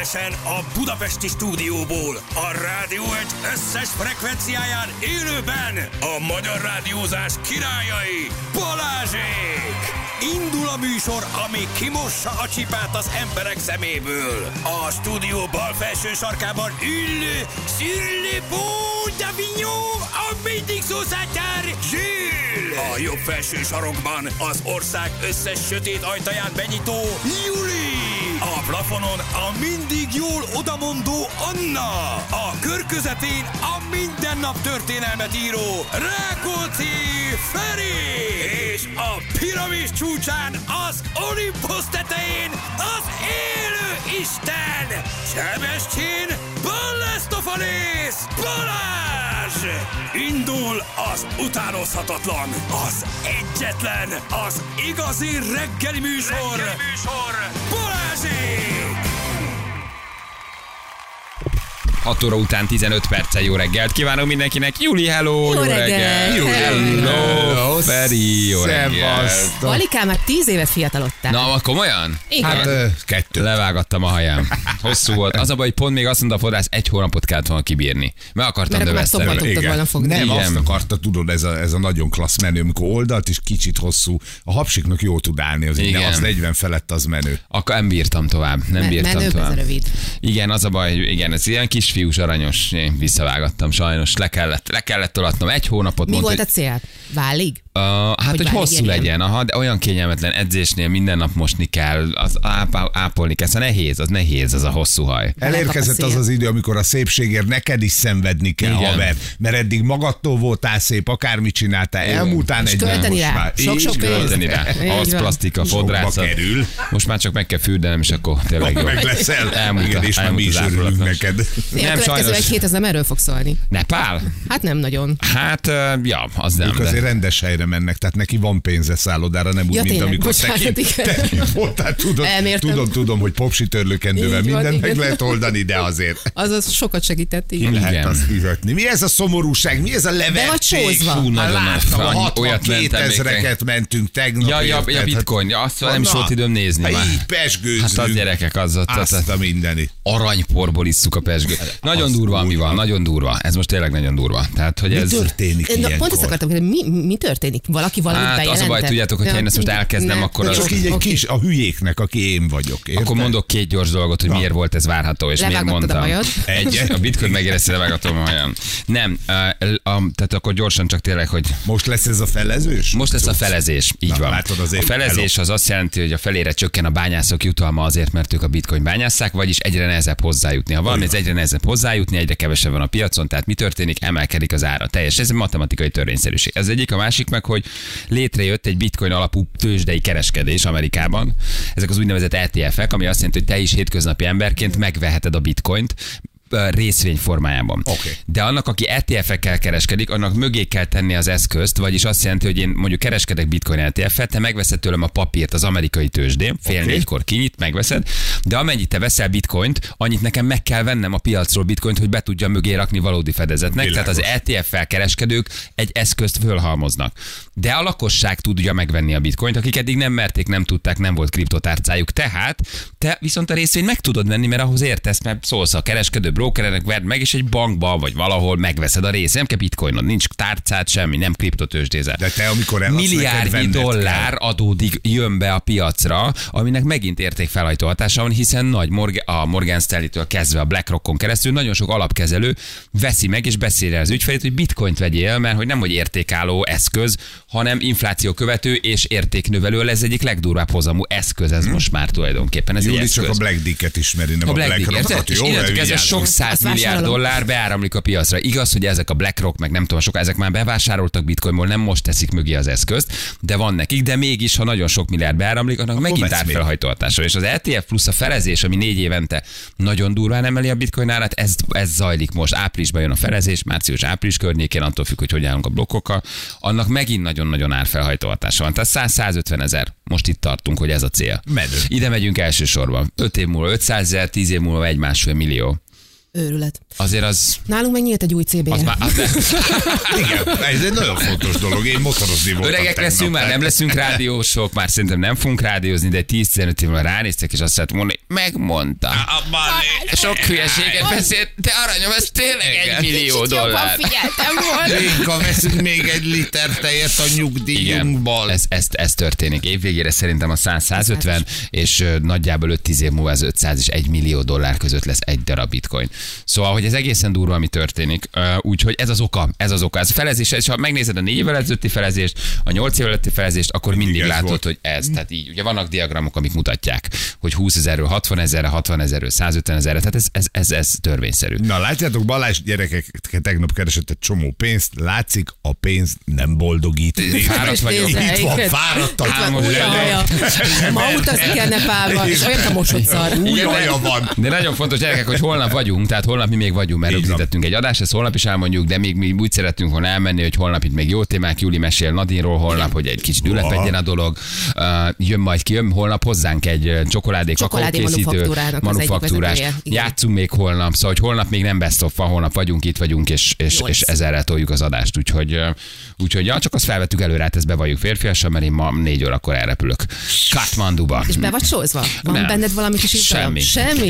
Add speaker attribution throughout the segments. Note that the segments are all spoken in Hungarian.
Speaker 1: Egyenesen a budapesti stúdióból, a Rádió Egy összes frekvenciáján élőben a magyar rádiózás királyai, Balázsék! Indul a műsor, ami kimossa a csipát az emberek szeméből. A stúdió bal felső sarkában ülő Szürlépó Davignon, a mindig szószátár Zsill. A jobb felső sarokban az ország összes sötét ajtaján benyitó Juli. A plafonon a mindig jól odamondó Anna. A kör közepén a minden nap történelmet író Rákóczi Feri. És a piramis csúcsán, az Olimposz tetején az élő Isten, Sebestyén Balázs Balázs! Indul az utánozhatatlan, az egyetlen, az igazi reggeli műsor, Balázsék!
Speaker 2: 6 óra után 15 perccel jó reggelt kívánok mindenkinek. Júli, hello! Jó reggelt! Hello! Feri, jó reggelt!
Speaker 3: Valikám, már 10 évet fiatalodtál.
Speaker 2: Na, komolyan?
Speaker 3: Igen.
Speaker 2: Hát 2. Levágattam a hajám. Hosszú volt. Az a baj, hogy pont még azt mondta a fodrász, 1 hónapot kellett volna kibírni. Meg akartam növeszteni.
Speaker 3: Mert akkor volna fogni.
Speaker 4: Nem,
Speaker 2: Igen.
Speaker 4: azt akarta, tudod, ez a nagyon klassz menő, amikor oldalt is kicsit hosszú. A hapsiknak jó tud állni, az így, az 40 felett az menő.
Speaker 2: Akkor nem bírtam tovább.
Speaker 3: Menőbb, ez rövid.
Speaker 2: Igen, az a baj, hogy igen, ez ilyen kisfiús aranyos. Én visszavágattam sajnos. Le kellett tolatnom 1 hónapot.
Speaker 3: Mi volt a cél? Válig?
Speaker 2: Hát, hogy hosszú legyen, de olyan kényelmetlen edzésnél minden nap mosni kell, az ápolni kell, nehéz az a hosszú haj.
Speaker 4: Elérkezett az idő, amikor a szépségért neked is szenvedni kell, haver, mert eddig magadtól voltál szép, akármit csináltál, elmúltál egy
Speaker 3: költeni rá. Sok
Speaker 2: költeni rá. Ahhoz plastika, fodrászat. Most már csak meg kell fürdenem, és akkor tényleg jó.
Speaker 4: Meg leszel. Igen, és már mi is örülünk neked.
Speaker 3: Nem, következő egy hét az nem erről fog szólni.
Speaker 2: Nepál?
Speaker 3: Hát nem nagyon.
Speaker 2: Hát, ja, az nem.
Speaker 4: Ők azért rendes helyre mennek, tehát neki van pénze szállodára, nem úgy, mint
Speaker 3: tényleg,
Speaker 4: amikor te voltál, tudom, hogy popsi törlőkendővel mindent meg lehet oldani, de azért.
Speaker 3: Az sokat segített,
Speaker 4: Ki lehet azt hivatni. Mi ez a szomorúság, mi ez a levertség? Láttam, a 62 000-eket mentünk tegnap.
Speaker 2: Ja, bitcoin, azt nem is volt időm nézni már.
Speaker 4: Így pesgőzünk.
Speaker 2: Hát az gyerekek,
Speaker 4: azt a mindenit.
Speaker 2: Aranyporból isszuk a pesgőt. Nagyon durva, ami van, nagyon durva. Ez most tényleg nagyon durva. Tehát, hogy ez...
Speaker 4: Mi történik ilyenkor?
Speaker 3: Pont ezt akartam, hogy mi történik? Valaki valamit bejelentett?
Speaker 2: Az a baj, tudjátok, hogyha én ezt most elkezdem, akkor az...
Speaker 4: Csak így egy kis a hülyéknek, aki én vagyok. Érted?
Speaker 2: Akkor mondok 2 gyors dolgot, hogy miért volt ez várható, és miért mondtam. A bitcoin megérezte, levágatom a hajam. Nem, tehát akkor gyorsan csak tényleg, hogy...
Speaker 4: Most lesz ez a felezős?
Speaker 2: Most lesz a felezés, így van.
Speaker 4: Látod,
Speaker 2: a felezés az azt jelenti, hogy a felére csökken a bányászok jutalma azért, mert ők a bitcoin bányásszák, vagyis egyre nehezebb hozzájutni. Ha valami, ez egyre nehezebb hozzájutni, egyre kevesebb van a piacon, tehát mi történik? Emelkedik az ára. Teljes, ez egy matematikai törvényszerűség. Ez egyik, a másik meg, hogy létrejött egy bitcoin alapú tőzsdei kereskedés Amerikában. Ezek az úgynevezett ETF-ek, ami azt jelenti, hogy te is hétköznapi emberként megveheted a bitcoint részvény formájában.
Speaker 4: Okay. De
Speaker 2: annak, aki ETF-ekkel kereskedik, annak mögé kell tenni az eszközt, vagyis azt jelenti, hogy én mondjuk kereskedek bitcoin ETF-et, te megveszed tőlem a papírt az amerikai tőzsdén, 3:30 kinyit, megveszed, de amennyit te veszel bitcoint, annyit nekem meg kell vennem a piacról bitcoint, hogy be tudjam mögé rakni valódi fedezetnek.
Speaker 4: Világos.
Speaker 2: Tehát az ETF-fel kereskedők egy eszközt fölhalmoznak. De a lakosság tudja megvenni a bitcoint, akik eddig nem merték, nem tudták, nem volt kriptotárcájuk. Tehát te viszont a részvényt meg tudod venni, mert ahhoz értesz, mert szólsz a kereskedő brokerenek, vedd meg, és egy bankba vagy valahol megveszed a részt. Nem kell bitcoinod, nincs tárcád, semmi, nem kriptotőzsdézel.
Speaker 4: De te, amikor
Speaker 2: milliárdnyi dollár adódik, jön be a piacra, aminek megint értékfelhajtó hatása van, hiszen a Morgan Stanley-től kezdve a BlackRockon keresztül nagyon sok alapkezelő veszi meg és beszél az ügyfelét, hogy bitcoint vegyél, mert hogy nem hogy értékálló eszköz, hanem infláció követő és értéknövelő, ez egyik legdurvább hozamú eszköz, ez most már tulajdonképpen. Ez
Speaker 4: Júli csak a Black Dick-et ismeri, nem a BlackRockot.
Speaker 2: Innentől kezdve sok 100 milliárd dollár beáramlik a piacra. Igaz, hogy ezek a BlackRock, meg nem tudom, ezek már bevásároltak bitcoinból, nem most teszik mögé az eszközt, de van nekik, de mégis, ha nagyon sok milliárd beáramlik, annak akkor megint árfelhajtó hatása. És az ETF plusz a felezés, ami 4 évente nagyon durván emeli a bitcoin árát, ez zajlik most. Áprilisban jön a felezés, március-április környékén, attól függ, hogy állunk a blokkokkal, annak megint nagyon-nagyon árfelhajtó hatása van. Tehát 100-150 ezer. Most itt tartunk, hogy ez a cél.
Speaker 4: Menő.
Speaker 2: Ide megyünk elsősorban. 5 év múlva 500 000, 10 év múlva 1,5 millió.
Speaker 3: Őrület.
Speaker 2: Azért az...
Speaker 3: Nálunk megnyílt egy új CBR.
Speaker 4: Igen, ez egy nagyon fontos dolog. Én motorozni voltam.
Speaker 2: Öregek leszünk, már nem leszünk rádiósok, már szerintem nem fogunk rádiózni, de 10-15 év múlva ránéztek, és azt lehet mondani, megmondta. Sok hülyeséget beszélt, de aranyom, ez tényleg $1 millió.
Speaker 3: Figyeltem volna.
Speaker 4: Réka, veszünk még 1 liter tejet a nyugdíjunkból.
Speaker 2: Ez történik. Évvégére szerintem a 100-150, és nagyjából 5-10 év múlva az 500 és $1 millió között lesz egy darab bitcoin. Szóval, hogy ez egészen durva, ami történik. Úgyhogy ez az oka. Ez a felezés, és ha megnézed a 4 évvel ezelőtti felezést, a 8 évvel ezelőtti felezést, akkor mindig látod, volt. Hogy ez. Tehát így. Ugye vannak diagramok, amik mutatják, hogy 20 000-ről 60 000-re, 60 000-ről 150 000-re. Tehát ez törvényszerű.
Speaker 4: Na, látjátok, Balázs gyerekek tegnap keresett egy csomó pénzt, látszik, a pénz nem boldogít.
Speaker 2: Fáradt vagyok.
Speaker 4: Itt van, fáradtak.
Speaker 3: Ma utazik el Nepálba, és olyan a mosodszar.
Speaker 4: Van.
Speaker 2: De nagyon fontos, gyerekek, hogy holnap vagyunk, tehát holnap mi még vagyunk, mert rögzítettünk egy adást, ezt holnap is elmondjuk, de még mi úgy szerettünk volna elmenni, hogy holnap itt még jó témák, Júli mesél Nadinról holnap, hogy egy kicsit ülepedjen a dolog. Jön holnap hozzánk egy csokoládé kakaókészítő manufaktúrás. Játszunk még holnap, szóval hogy holnap még nem best of, holnap vagyunk, itt vagyunk, és ezerrel toljuk az adást, úgyhogy ja, csak azt felvettük előre, hát ezt bevalljuk férfiasan, mert én ma 4 órakor elrepülök Katmanduba.
Speaker 3: És be vagy sózva? Van benned valami kis izgalom? Semmi?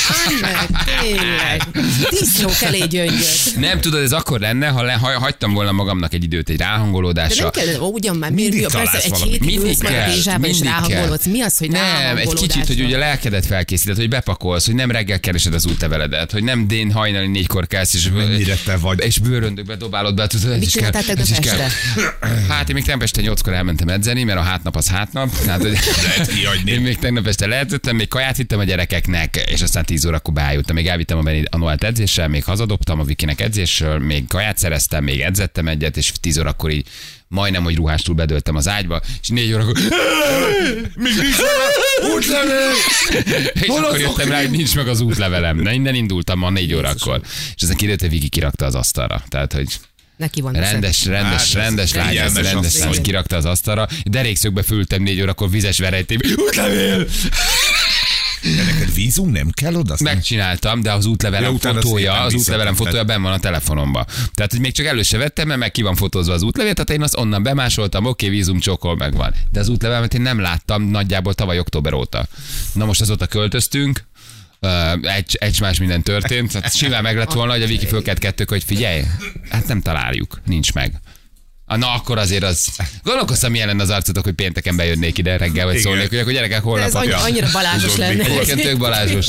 Speaker 3: Tényleg. Disznók elé gyöngyöt.
Speaker 2: Nem tudod, ez akkor lenne, ha hagytam volna magamnak egy időt egy ráhangolódásra.
Speaker 3: De nem kell, ugyan már persze egy hétig ülsz meg a dézsába és ráhangolódsz. Mi az, hogy
Speaker 2: nem, egy kicsit, hogy ugye lelkedet felkészíted, hogy bepakolsz, hogy nem reggel keresed az útleveledet, hogy nem dén hajnali 4-kor kelsz, és bőröndökbe dobálod be. Tudod,
Speaker 3: mit csináltál tegnap este?
Speaker 2: Hát én még tegnap este 8-kor elmentem edzeni, mert a hátnap az hátnap. Hát, én még tegnap este lehetettem, még kaját vittem a gyerekeknek, és aztán 10 órakor beálltam. Még elvittem a Noelt edzéssel, még hazadobtam a Vikinek edzésről, még kaját szereztem, még edzettem egyet, és 10 órakor így majdnem, hogy ruhástól bedöltem az ágyba, és 4 órakor még nincs meg az útlevél! És akkor jöttem rá, hogy nincs meg az útlevelem. De innen indultam ma 4 órakor. És aztán kiderült, hogy Viki kirakta az asztalra. Tehát, hogy
Speaker 3: neki van
Speaker 2: rendes lány, hogy kirakta az asztalra. Derékszögbe fültem 4 órakor vizes verejtém. Útlevél!
Speaker 4: De neked vízum nem kell oda?
Speaker 2: Megcsináltam, de az útlevelem fotója benn van a telefonomba. Tehát, hogy még csak elő se vettem, mert meg ki van fotózva az útlevél, tehát én azt onnan bemásoltam, oké, vízum csokol, megvan. De az útlevelemet én nem láttam nagyjából tavaly október óta. Na most azóta költöztünk, egymás minden történt, tehát simán meg lett volna, hogy a Viki fölkelt 2-kor, hogy figyelj, hát nem találjuk, nincs meg. Na akkor azért az... Gondolkoztam, milyen lenne az arcotok, hogy pénteken bejönnék ide reggel, vagy szólnék, hogy akkor gyerekek holnap...
Speaker 3: Ez annyira balázsos lenne.
Speaker 2: Igen, tök balázsos.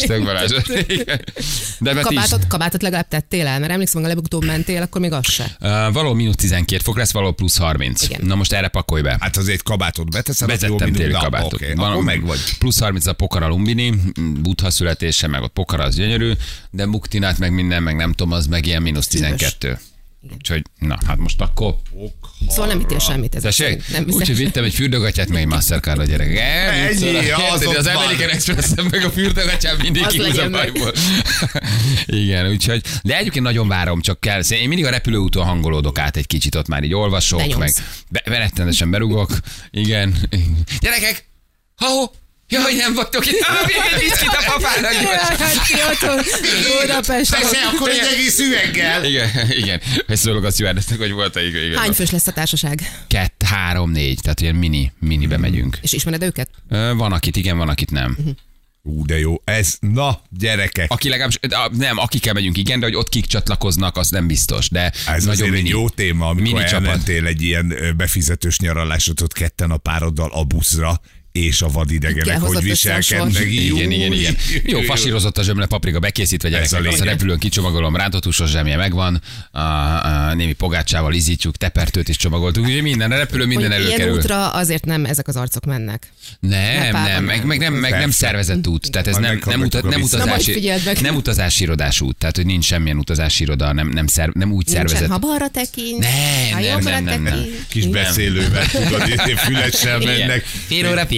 Speaker 2: De
Speaker 3: kabátot legalább tettél el? Mert emlékszem, hogy a legutóbb mentél, akkor még az se.
Speaker 2: Való -12 fok lesz, való +30. Igen. Na most erre pakolj be.
Speaker 4: Hát azért kabátot beteszem.
Speaker 2: Betettem téli kabátot.
Speaker 4: Okay, akkor meg vagy.
Speaker 2: +30 a Pokara Lumbini, Buddha születése, meg ott Pokara az gyönyörű, de Muktinát, meg minden, meg nem tudom, az meg ilyen -12. Úgyhogy, na, hát most akkor...
Speaker 3: Szóval nem ítél semmit ezzel.
Speaker 2: Úgyhogy vittem egy fürdőgatyát, meg egy Mastercard a gyerek. Az American Express-en meg a fürdőgatyán mindig kihúz a bajból. Igen, úgyhogy... De egyébként nagyon várom, csak kell. Én mindig a repülőúton hangolódok át egy kicsit, ott már így olvasok, meg rettentesen berugok. Igen. Gyerekek! Ha-ho! Jaj, nem vagytok itt, még egy viszkit a papának.
Speaker 3: Hát ki otthon, Budapesten.
Speaker 4: Persze, akkor egy egész üveggel.
Speaker 2: Igen. Ezt szólok a szüverdesznek, hogy volt igen.
Speaker 3: Hány fős lesz a társaság?
Speaker 2: 2, 3, 4, tehát ilyen minibe megyünk.
Speaker 3: És ismered őket?
Speaker 2: Van, akit igen, van, akit nem.
Speaker 4: De jó, ez, na, gyerekek.
Speaker 2: Aki legalábbis, nem, akikkel megyünk, igen, de hogy ott kik csatlakoznak, az nem biztos. De
Speaker 4: ez nagyon mini, egy jó téma, amikor elmentél egy ilyen befizetős nyaralásot ketten a pároddal a buszra, és a vadidegenek, hogy viselkednek.
Speaker 2: Igen. Jó, fasírozott a zsömle paprika bekészítve, gyerekek, azt a repülőn kicsomagolom, rántott húsos zsemje megvan, némi pogácsával izítjuk, tepertőt is csomagoltuk, ugye minden a repülő, minden előkerül.
Speaker 3: Ilyen útra azért nem ezek az arcok mennek.
Speaker 2: Nem, nem szervezett út, tehát ez nem utazási irodás út, tehát hogy nincs semmilyen utazási iroda, nem úgy szervezett.
Speaker 3: Ha balra tekint,
Speaker 2: nem.
Speaker 4: Kis beszélővel, tudod, fülessel mennek.
Speaker 2: Fél óra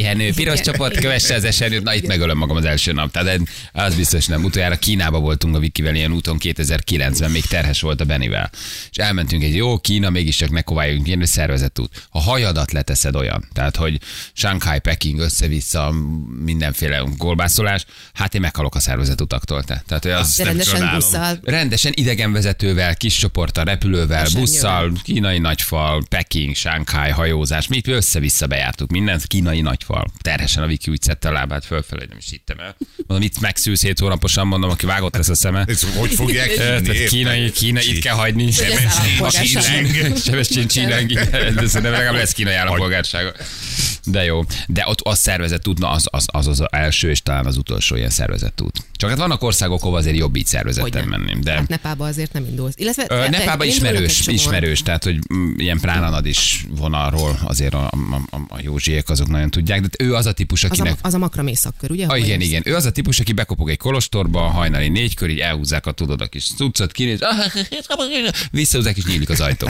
Speaker 2: pihenő, piros csoport, kövesse az esernyőt, na itt megölöm magam az első nap. Tehát az biztos nem. Utoljára Kínába voltunk a Vikivel ilyen úton 2009-ben, még terhes volt a Benivel. És elmentünk egy jó Kína, mégiscsak ne kováljunk ilyen, szervezett út. A hajadat leteszed olyan, tehát hogy Shanghai, Peking össze-vissza mindenféle golbászolás, hát én meghalok a szervezett utaktól. Tehát az
Speaker 3: rendesen busszal.
Speaker 2: Rendesen idegenvezetővel, kis csoporttal, repülővel, busszal, kínai nagyfal, Peking, Shanghai, hajózás, mi össze-vissza bejártuk mindent, kínai nagyfal. Terhesen a Viki úgy szedte a lábát fölfelé, nem is hittem el. Mondom, itt megszűsz 7 hónaposan, mondom, aki vágott lesz a szeme.
Speaker 4: Hogy fogják
Speaker 2: hívni? Kína, itt kell hagyni. Sebessén csillengi. De szerintem legalább lesz kínai állampolgársága. De jó. De ott az szervezett út, az első és talán az utolsó ilyen szervezett út. Csak hát vannak országok, ahol azért jobb így szervezetten menni. De
Speaker 3: hát Nepálba azért nem indulsz. Illetve
Speaker 2: Nepálba ismerős, tehát hogy ilyen Pránanadis vonalról azért a Józsiek azok nagyon tudják, de ő az a típus, akinek...
Speaker 3: Az a makramé szakkör, ugye?
Speaker 2: Igen. Ő az a típus, aki bekopog egy kolostorba, hajnali 4-kör, így elhúzzák a kis cuccot, kinéz, visszahúzzák és nyílik az ajtó.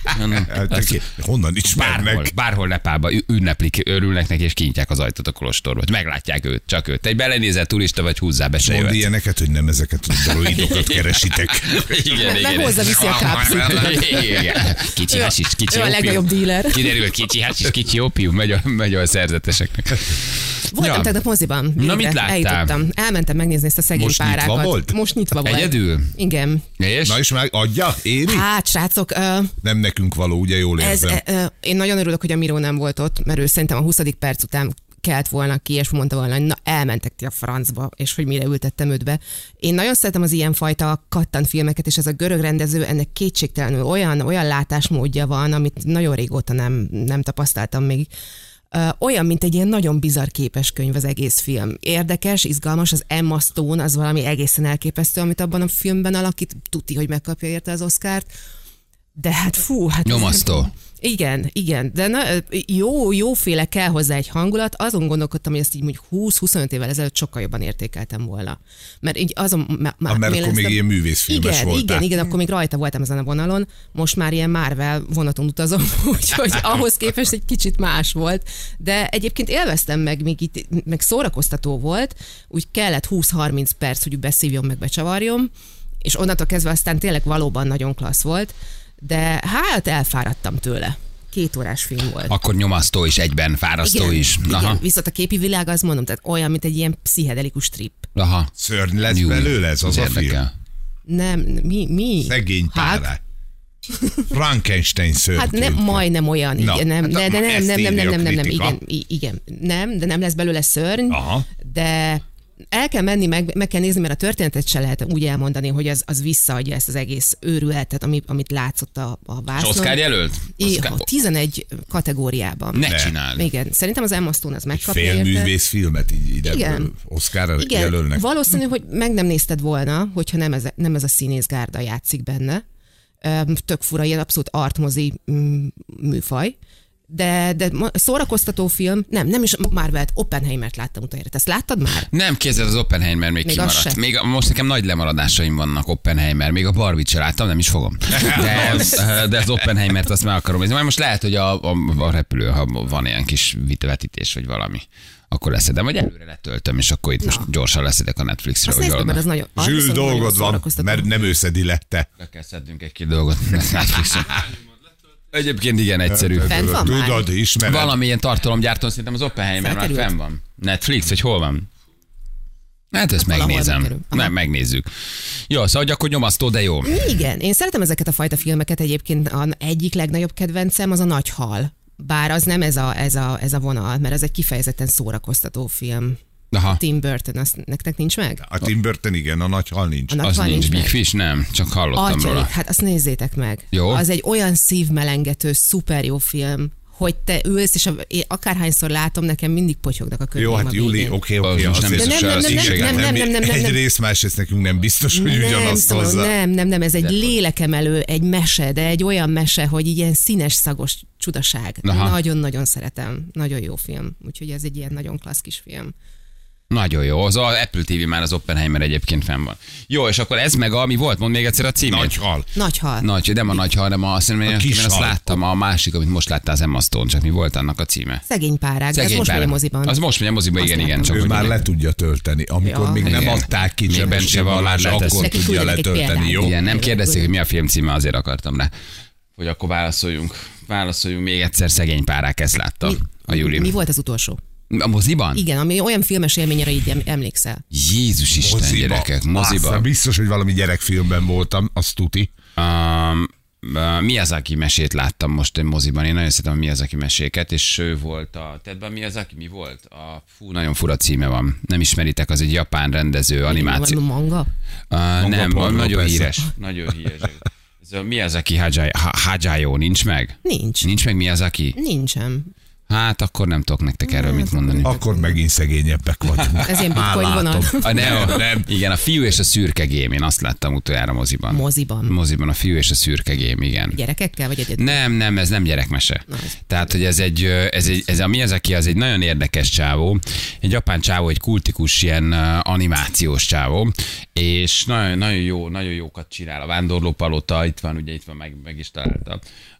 Speaker 4: Honnan ismernek?
Speaker 2: Bárhol Nepálba ünneplik, örülnek neki, és kinyitják az ajtót a kolostorba. Meglátják őt, csak őt. Egy belenézett turista vagy húzzá be se
Speaker 4: mondd ilyeneket, hogy nem ezeket a droidokat keresitek.
Speaker 3: Igen. Hozza viszi a kápszit.
Speaker 2: Kicsi hasis, kicsi
Speaker 3: ópium. Ő a legnagyobb díler.
Speaker 2: Kiderül, kicsi hasis, kicsi ópium, megy a szerzeteseknek.
Speaker 3: Voltam tehát a moziban.
Speaker 2: Na, mit láttál?
Speaker 3: Eljutottam. Elmentem megnézni ezt a szegény párákat. Most nyitva volt.
Speaker 2: Egyedül?
Speaker 3: Igen.
Speaker 2: És?
Speaker 4: Na és meg adja? Éri?
Speaker 3: Hát, srácok.
Speaker 4: Nem nekünk való, ugye jól érzem.
Speaker 3: Én nagyon örülök, hogy a Miró nem volt ott, mert ő szerintem a 20. perc után kelt volna ki, és mondta volna, hogy na elmentek ti a francba, és hogy mire ültettem őt be. Én nagyon szeretem az ilyenfajta kattant filmeket, és ez a görög rendező, ennek kétségtelenül olyan látásmódja van, amit nagyon régóta nem tapasztaltam még. Olyan, mint egy ilyen nagyon bizarr képeskönyv az egész film. Érdekes, izgalmas, az Emma Stone az valami egészen elképesztő, amit abban a filmben alakít, tudti, hogy megkapja érte az Oscart. De hát hát...
Speaker 2: Nyomasztó.
Speaker 3: Igen, de jóféle kell hozzá egy hangulat, azon gondolkodtam, hogy ezt így 20-25 évvel ezelőtt sokkal jobban értékeltem volna. Mert így azon...
Speaker 4: Mert akkor még ilyen művészfilmes voltál.
Speaker 3: Igen, akkor még rajta voltam ezen a vonalon, most már ilyen Marvel vonaton utazom, úgyhogy ahhoz képest egy kicsit más volt, de egyébként élveztem meg szórakoztató volt, úgy kellett 20-30 perc, hogy beszívjon, meg becsavarjon, és onnantól kezdve aztán tényleg valóban nagyon klassz volt, de hát elfáradtam tőle. 2 órás film volt.
Speaker 2: Akkor nyomasztó is egyben, fárasztó is. Aha.
Speaker 3: Igen, viszont a képi világ, azt mondom, tehát olyan, mint egy ilyen pszichedelikus trip.
Speaker 2: Aha.
Speaker 4: Szörny lesz belőle ez az a film?
Speaker 3: Nem, mi?
Speaker 4: Szegény pára. Frankenstein szörny.
Speaker 3: Hát majdnem olyan, igen, igen, de nem lesz belőle szörny, de el kell menni, meg kell nézni, mert a történetet se lehet úgy elmondani, hogy az visszaadja ezt az egész őrületet, amit látszott a vásznon.
Speaker 2: És Oscar jelölt?
Speaker 3: 11 kategóriában.
Speaker 2: Ne csinálj.
Speaker 3: Igen, szerintem az Emma Stone az megkapja érte.
Speaker 4: Félművészfilmet ide Oscarra jelölnek.
Speaker 3: Valószínű, hogy meg nem nézted volna, hogyha nem ez a színészgárda játszik benne. Tök fura, ilyen abszolút artmozi műfaj. De szórakoztató film, nem is Marvelt, Oppenheimert láttam utoljára. Ezt láttad már?
Speaker 2: Nem, kézzel az Oppenheimer még kimaradt. Most nekem nagy lemaradásaim vannak Oppenheimer, még a Barbie-t se láttam, nem is fogom. De az Oppenheimert azt meg akarom nézni. Majd most lehet, hogy a repülő, ha van ilyen kis vetítés vagy valami, akkor leszedem, vagy előre letöltöm, és akkor itt most gyorsan leszedek a Netflixre.
Speaker 4: Zsül dolgod van, mert nem ő szedi le te.
Speaker 2: Le kell szednünk egy-két dolgot Netflixre. Egyébként igen, egyszerű.
Speaker 4: Tudod, ismered.
Speaker 2: Valamilyen tartalomgyártón szerintem az Oppenheimer már fenn van. Netflix, vagy hol van? Hát ezt megnézem. Nem, megnézzük. Jó, szóval akkor nyomasztó, de jó.
Speaker 3: Igen, én szeretem ezeket a fajta filmeket, egyébként az egyik legnagyobb kedvencem az a Nagy hal. Bár az nem ez a vonal, mert ez egy kifejezetten szórakoztató film.
Speaker 2: Aha.
Speaker 3: Tim Burton, azt nektek nincs meg?
Speaker 4: A Tim Burton igen, a Nagy hal nincs.
Speaker 2: Az nincs, Big Fish nem, csak hallottam róla.
Speaker 3: Hát azt nézzétek meg.
Speaker 2: Jó.
Speaker 3: Az egy olyan szívmelengető, szuper jó film, hogy te ülsz, és én akárhányszor látom, nekem mindig potyognak a könyveim.
Speaker 4: Jó, hát Júli, oké.
Speaker 3: Nem.
Speaker 4: Egyrészt, másrészt nekünk nem biztos, hogy ugyanazt hozzá.
Speaker 3: Nem, ez egy lélekemelő, egy mese, de egy olyan mese, hogy ilyen színes, szagos csudaság. Nagyon-nagyon szeretem. Nagyon jó film. Úgyhogy ez egy ilyen nagyon klassz kis film.
Speaker 2: Nagyon jó. Az Apple TV már az Oppenheimer egyébként fenn van. Jó, és akkor ez meg mi volt? Mondd még egyszer a címét.
Speaker 4: Nagy hal.
Speaker 2: Nem a nagy hal, hanem azt láttam, a másik, amit most láttál, az Emma Stone, csak mi volt annak a címe?
Speaker 3: Szegény párák, ez most megy a moziban.
Speaker 2: Az most megy a moziban, igen.
Speaker 4: Csak ő már le tudja tölteni. Amikor még nem adták ki, akkor tudja letölteni. Jó?
Speaker 2: Igen, nem kérdezték, hogy mi a film címe, azért akartam rá. Hogy akkor válaszoljunk még egyszer, Szegény párák, ezt látta a Júli.
Speaker 3: Mi volt az utolsó?
Speaker 2: A moziban?
Speaker 3: Igen, ami olyan filmes élményre így emlékszel.
Speaker 2: Jézus Isten, gyerekek, moziban.
Speaker 4: Biztos, hogy valami gyerekfilmben voltam, az tuti.
Speaker 2: Miyazaki mesét láttam most egy moziban, én nagyon szeretem a Miyazaki meséket, és ő volt a Miyazaki mi volt? Nagyon fura címe van. Nem ismeritek, az egy japán rendező animáció.
Speaker 3: Manga?
Speaker 2: Nem, nagyon híres. Nagyon híres. Ez a Miyazaki Hayao nincs meg?
Speaker 3: Nincs.
Speaker 2: Nincs meg Miyazaki?
Speaker 3: Nincsen.
Speaker 2: Hát akkor nem tudok nektek erről mit mondani.
Speaker 4: Akkor megint szegényebbek vagyunk.
Speaker 3: Ez ilyen bitcoin vonal.
Speaker 2: Nem. Igen, a fiú és a szürke gém, én azt láttam utoljára moziban. Moziban a fiú és a szürke gém, igen.
Speaker 3: Gyerekekkel vagy egyedül?
Speaker 2: Nem, ez nem gyerekmese. Tehát, hogy ez a Miyazaki az egy nagyon érdekes csávó, egy japán csávó, egy kultikus ilyen animációs csávó, és nagyon jókat csinál. A Vándorlópalota, itt van, meg is találta.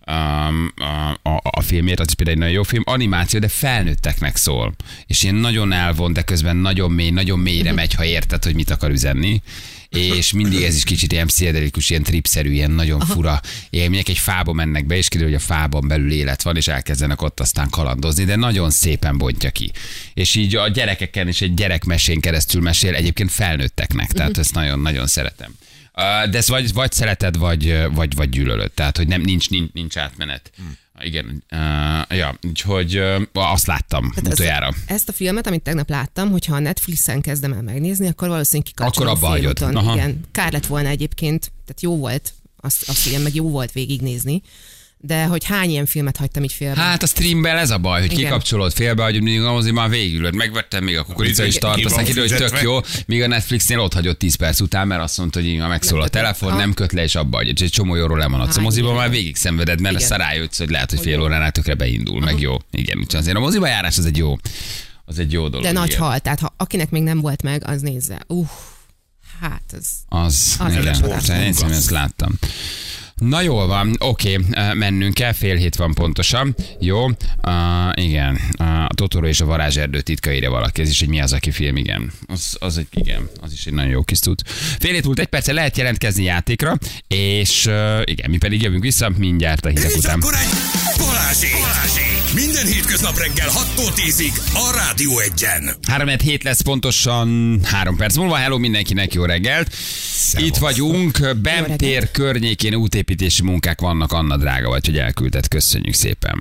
Speaker 2: A filmért, az is például egy nagyon jó film, animáció, de felnőtteknek szól. És ilyen nagyon elvon, de közben nagyon mélyre megy, ha érted, hogy mit akar üzenni. És mindig ez is kicsit ilyen pszichedelikus, ilyen tripszerű, ilyen nagyon fura élmények. Egy fába mennek be, és kiderül, hogy a fában belül élet van, és elkezdenek ott aztán kalandozni, de nagyon szépen bontja ki. És így a gyerekeken is egy gyerekmesén keresztül mesél, egyébként felnőtteknek, tehát ezt nagyon-nagyon szeretem. De ezt vagy szereted, vagy gyűlölöd. Tehát, hogy nincs átmenet. Igen. Úgyhogy azt láttam utoljára.
Speaker 3: Ezt a filmet, amit tegnap láttam, hogyha a Netflixen kezdem el megnézni, akkor valószínűleg kikapcsolom.
Speaker 2: Akkor abba hagyod.
Speaker 3: Igen. Kár lett volna egyébként, tehát jó volt a film, meg jó volt végignézni. De hogy hány ilyen filmet hagytam így félbe?
Speaker 2: Hát a streamben ez a baj, hogy kikapcsolod félbe, hogy mindig a moziban végigülöd. Megvettem még a Kukorica is tart, aztán kiderül, hogy tök jó, míg a Netflixnél ott hagyott 10 perc után, mert azt mondta, hogy megszól a telefon, nem köt le, és abba hagyod. Egy csomó jóról lemaradsz. A moziban már végig szenveded, mert aztán rájössz, hogy lehet, hogy fél óránál tökre beindul, meg jó. Igen, úgyhogy azért a moziba járás az egy jó dolog.
Speaker 3: De nagy hal, tehát ha akinek még nem volt meg, az nézze. Hát
Speaker 2: az én ezt láttam. Na jól van, oké, mennünk kell, 6:30 van pontosan. Jó, igen, a Totoro és a varázserdő titkaira valaki, ez is egy Miyazaki film, igen. Az is egy nagyon jó kis tud. 6:30 múlt 1 perccel lehet jelentkezni játékra, és igen, mi pedig jövünk vissza mindjárt a hírek után.
Speaker 1: És akkor egy Balázsék! Minden hétköznap reggel 6-tól 10-ig a Rádió 1-en.
Speaker 2: 3:07 lesz pontosan 3 perc múlva. Hello mindenkinek, jó reggelt! Itt vagyunk, Bem tér környékén útépítési munkák vannak, Anna drága vagy, hogy elküldted, köszönjük szépen.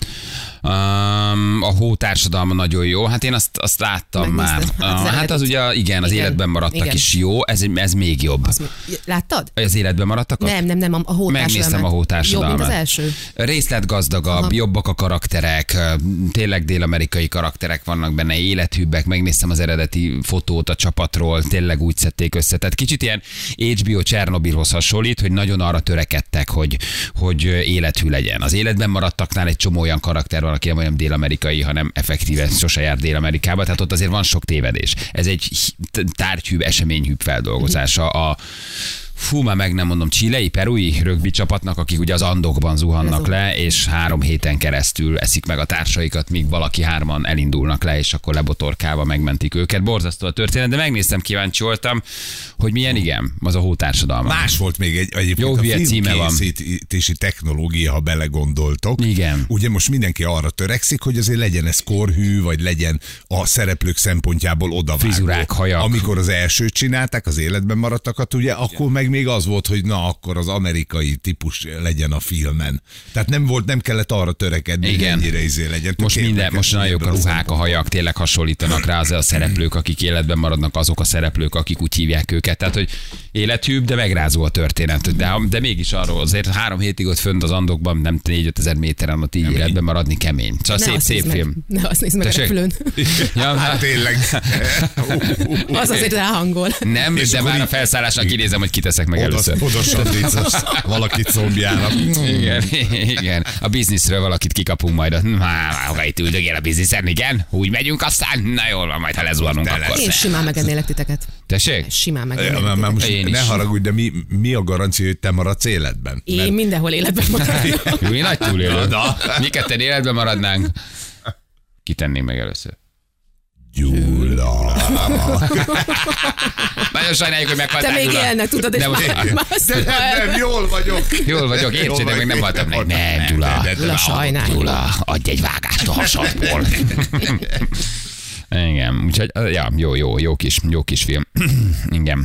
Speaker 2: A hótársadalma nagyon jó, hát én azt láttam már. Hát az ugye, igen, az életben maradtak is jó, ez még jobb.
Speaker 3: Láttad?
Speaker 2: Az életben maradtak?
Speaker 3: Nem, a hótársadalmat.
Speaker 2: Megnéztem a hótársadalmat.
Speaker 3: Jobb, mint az első?
Speaker 2: Részletgazdagabb, jobbak a karakterek, tényleg dél-amerikai karakterek vannak benne, élethűbbek, megnéztem az eredeti fotót a csapatról, tényleg úgy szedték össze. Tehát kicsit ilyen HBO Csernobilhoz hasonlít, hogy nagyon arra törekedtek, hogy élethű legyen. Az életben maradtaknál egy csomó olyan karakter van, aki nem olyan dél-amerikai, hanem effektíve sose jár Dél-Amerikába, tehát ott azért van sok tévedés. Ez egy tárgyhűbb, eseményhűbb feldolgozása már meg nem mondom, chilei, perui rögbi csapatnak, akik ugye az Andokban zuhannak le, és 3 héten keresztül eszik meg a társaikat, míg valaki 3-an elindulnak le, és akkor lebotorkálva megmentik őket. Borzasztó a történet, de megnéztem, kíváncsi voltam, hogy milyen, igen, az a hótársadalma.
Speaker 4: Más volt még egyébként
Speaker 2: jó,
Speaker 4: a filmkészítési technológia, ha belegondoltok.
Speaker 2: Igen.
Speaker 4: Ugye most mindenki arra törekszik, hogy azért legyen ez korhű, vagy legyen a szereplők szempontjából odavágó.
Speaker 2: Frizurák, hajak.
Speaker 4: Amikor az elsőt csinálták, az életben maradtakat, ugye, akkor meg még az volt, hogy na, akkor az amerikai típus legyen a filmen. Tehát nem kellett arra törekedni, hogy ennyire legyen.
Speaker 2: Most nagyon jók a ruhák, a hajak, tényleg hasonlítanak rá az a szereplők, akik életben maradnak, azok a szereplők, akik úgy hívják őket. Tehát, hogy élethűbb, de megrázó a történet. De mégis arról azért 3 hétig ott fönt az Andokban, nem 4-5 ezer méteren ott így életben maradni kemény. Szóval szép film.
Speaker 3: Ne azt nézd meg a repülőn.
Speaker 4: Ja, hát tényleg.
Speaker 3: Az azért ráhangol.
Speaker 2: Nem, de már a felszállásnak kinézem, hogy kiteszek meg először.
Speaker 4: Oda valakit szombjának.
Speaker 2: Igen. A bizniszről valakit kikapunk majd. Ha itt üldögél a bizniszen, igen? Úgy megyünk aztán? Na jól van, majd ha lezuhanunk akkor.
Speaker 3: Én simán megennélek titeket.
Speaker 2: Tessék?
Speaker 3: Simán megennélek
Speaker 4: titeket. Ne haragudj, de mi a garancia, hogy te maradsz életben?
Speaker 3: Én mindenhol életben maradok.
Speaker 2: Mi nagy túlélő. Mi ketten életben maradnánk. Kitenném meg először.
Speaker 4: Gyula.
Speaker 2: Nagyon sajnáljuk, hogy meghaltál,
Speaker 3: Gyula. Te még élnek, tudod, és
Speaker 4: nem, jól vagyok.
Speaker 2: Jól vagyok, értsétek meg, nem haltam meg. Nem, Gyula.
Speaker 3: Gyula, sajnáljuk.
Speaker 2: Gyula, adj egy vágást a hasadból. Igen, úgyhogy, ja, jó kis film. Igen.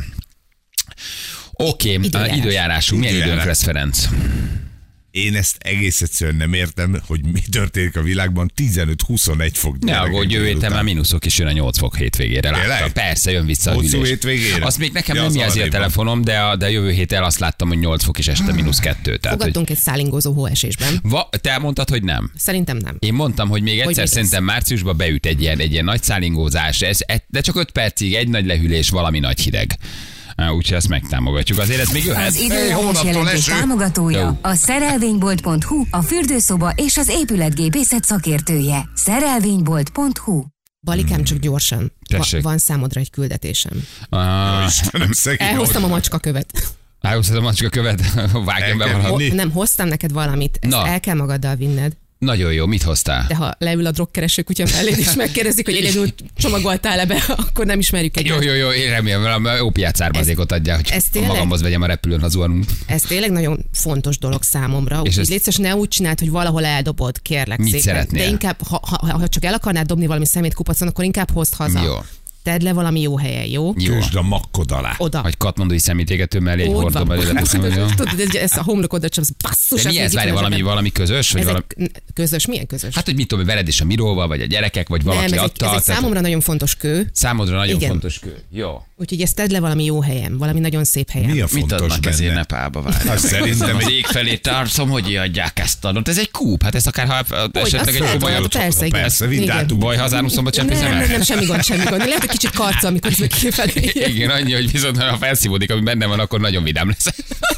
Speaker 2: Oké, időjárásunk. Milyen időnk lesz, Ferenc?
Speaker 4: Én ezt egész egyszerűen nem értem, hogy mi történik a világban. 15-21 fok.
Speaker 2: Ne aggódj, jövő héten már mínuszok is jön a 8 fok hétvégére. Láttam. Persze, jön vissza a hűlés. Azt még nekem nem jelzi a telefonom, de jövő héten azt láttam, hogy 8 fok és este -2.
Speaker 3: Fogadtunk egy szálingózó hóesésben.
Speaker 2: Te mondtad, hogy nem?
Speaker 3: Szerintem nem.
Speaker 2: Én mondtam, hogy még egyszer szerintem márciusban beüt egy ilyen nagy szálingózás, de csak 5 percig egy nagy lehűlés, valami nagy hideg. Úgyhogy ezt megtámogatjuk. Azért ez még jöhet.
Speaker 5: Az időjárás jelentés támogatója a szerelvénybolt.hu, a fürdőszoba és az épületgépészet szakértője. Szerelvénybolt.hu.
Speaker 3: Balikám, csak gyorsan. Van számodra egy küldetésem. Elhoztam a macskakövet.
Speaker 2: Elhoztad a macskakövet? Vágjam be valamit.
Speaker 3: Nem, hoztam neked valamit. Ezt el kell magaddal vinned.
Speaker 2: Nagyon jó, mit hoztál?
Speaker 3: De ha leül a drogkereső kutya felé, és megkérdezik, hogy egyedül csomagoltál be, akkor nem ismerjük egyet.
Speaker 2: Jó, én remélem, valami ópiát származékot adja, hogy magamhoz vegyem a repülőn, ha zuhanunk.
Speaker 3: Ez tényleg nagyon fontos dolog számomra. Úgyhogy légy szíves, ne úgy csináld, hogy valahol eldobod, kérlek
Speaker 2: mit
Speaker 3: szépen.
Speaker 2: Szeretnél?
Speaker 3: De inkább, ha csak el akarnád dobni valami szemétkupacon, akkor inkább hozd haza.
Speaker 2: Jó.
Speaker 3: Tedd le valami jó helyen, jó?
Speaker 4: Kösd a makkod alá.
Speaker 3: Oda.
Speaker 2: Vagy katmandói szemétégető mellé egy hordóba leteszem.
Speaker 3: Tudod, ez a homlokodat csak basszus.
Speaker 2: De mi ez? Várj, valami közös? Vagy valami...
Speaker 3: Közös? Milyen közös?
Speaker 2: Hát, hogy mit tudom, veled és a Miróval, vagy a gyerekek, vagy valaki
Speaker 3: nem,
Speaker 2: adta.
Speaker 3: Ez egy számomra nagyon fontos kő.
Speaker 2: Számodra nagyon fontos kő. Jó.
Speaker 3: Úgyhogy ezt tedd le valami jó helyen, valami nagyon szép helyen.
Speaker 4: Mi a fontos
Speaker 2: mit adnak
Speaker 4: benne?
Speaker 2: Ezért Nepálba várj.
Speaker 4: Szerintem
Speaker 2: az ég felé tartom, hogy adják ezt adott. Ez egy kúp, hát ezt akár esetleg egy komolyabb.
Speaker 3: Persze,
Speaker 4: vidátum.
Speaker 2: Baj, hazánul szombat sem
Speaker 3: nem, semmi gond. Lehet, hogy kicsit karca, amikor ez kifelé.
Speaker 2: Igen, annyi, hogy viszont ha felszívódik, ami benne van, akkor nagyon vidám lesz.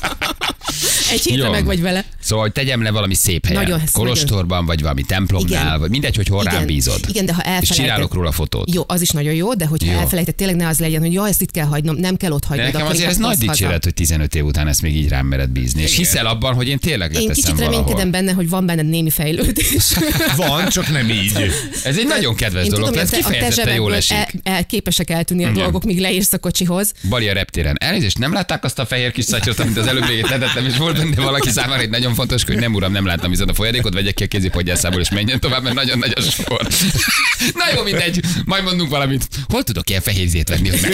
Speaker 3: Egy hétre meg vagy vele.
Speaker 2: Szóval, hogy tegyem le valami szép helyen.
Speaker 3: Nagyon,
Speaker 2: Kolostorban, vagy valami templomnál, vagy mindegy, hogy hol rám bízod.
Speaker 3: Igen, de ha elfelejted.
Speaker 2: És csinálok róla fotót.
Speaker 3: Jó, az is nagyon jó, de hogyha elfelejted, tényleg ne az legyen, hogy jaj, ezt itt kell hagynom, nem kell ott hagynod.
Speaker 2: Nekem azért ez nagy dicséret, hogy 15 év után ezt még így rám mered bízni. És hiszel abban, hogy én tényleg leteszem
Speaker 3: valahol. Én kicsit reménykedem benne, hogy van benned némi fejlődés.
Speaker 4: Van, csak nem így.
Speaker 2: Ez egy nagyon kedves dolog, ez kifejezetten jól esik.
Speaker 3: Képesek eltűnni a dolgok, míg leírsz a kocsihoz.
Speaker 2: Bali a reptéren. Elnézést, nem látták azt a fehér kis szatyrot, amit az előbb letettem, és volt benne valaki számára egy nagyon fontos, hogy nem uram, nem láttam viszont a folyadékot, vegyek ki a kézipodgyászából, és menjen tovább, mert nagyon nagy a sor. Na jó, mindegy, majd mondunk valamit. Hol tudok ilyen fehérzét venni, hogy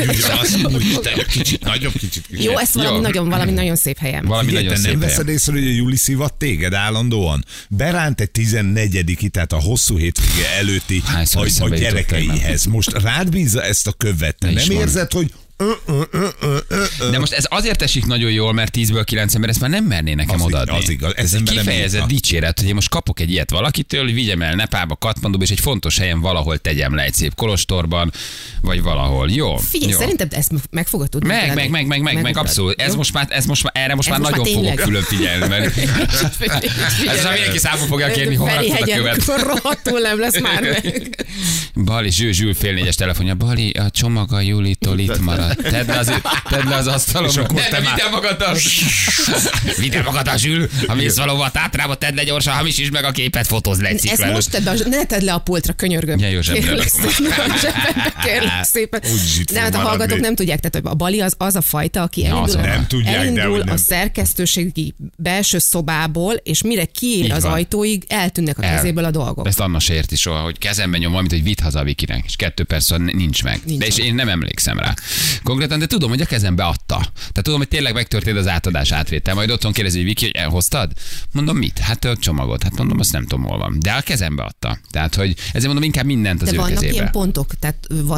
Speaker 4: kicsit.
Speaker 3: Jó, ez valami nagyon szép helyen.
Speaker 2: Valami nagyon szép
Speaker 4: nem veszed észre, hogy a Juli szivat téged állandóan? Beránt egy 14-i, tehát a hosszú hétvége előtti a gyerekeihez. Most rád bízza ezt a követ. Nem érzed, hogy
Speaker 2: de most ez azért esik nagyon jól, mert 10-ből 9 ember ezt már nem merné nekem odaadni.
Speaker 4: Az igaz.
Speaker 2: Ez egy kifejezett dicséret, hogy én most kapok egy ilyet valakitől, hogy vigyem el Nepálba, Katmandóba, és egy fontos helyen valahol tegyem le egy szép kolostorban, vagy valahol. Jó.
Speaker 3: Figyelj,
Speaker 2: jó.
Speaker 3: Szerintem ezt meg fogod tudni.
Speaker 2: Meg abszolút. Erre most már nagyon fogok külön figyelni, mert ez már mindenki számú fogja kérni, hol raktad a követ.
Speaker 3: Rohadtul nem lesz már meg.
Speaker 2: Bali, Zsül fél 4-es telefonja. Bali, a csomag a Julitól itt marad. Tedd le az asztalon. És akkor te vidd el magaddal, Zsül. Ha mész valóban a Tátrába, tedd le gyorsan, hamisítsd meg a képet, fotózd le egy cikk
Speaker 3: most ne tedd le a pultra, könyörgöm.
Speaker 2: Ja, jó,
Speaker 3: kérlek szépen. De hát a hallgatók nem tudják, tehát a Bali az a fajta, aki elindul a szerkesztőségi belső szobából, és mire kiér az ajtóig, eltűnnek a kezéből a dolgok.
Speaker 2: Ezt Anna se érti soha, hogy kezemben nyom valamit, hogy vidd haza a Vikinek, és 2 perc nincs meg. De és én nem emlékszem rá. Konkrétan, de tudom, hogy a kezembe adta. Tehát tudom, hogy tényleg megtörtént az átadás átvétel. Majd otthon kérdezi, hogy Viki, hogy elhoztad? Mondom, mit? Hát a csomagot. Hát mondom, azt nem tudom, hol van. De a kezembe adta. Tehát, hogy ezért mondom, inkább mindent az ő kezébe.
Speaker 3: De vannak ilyen pontok, tehát vannak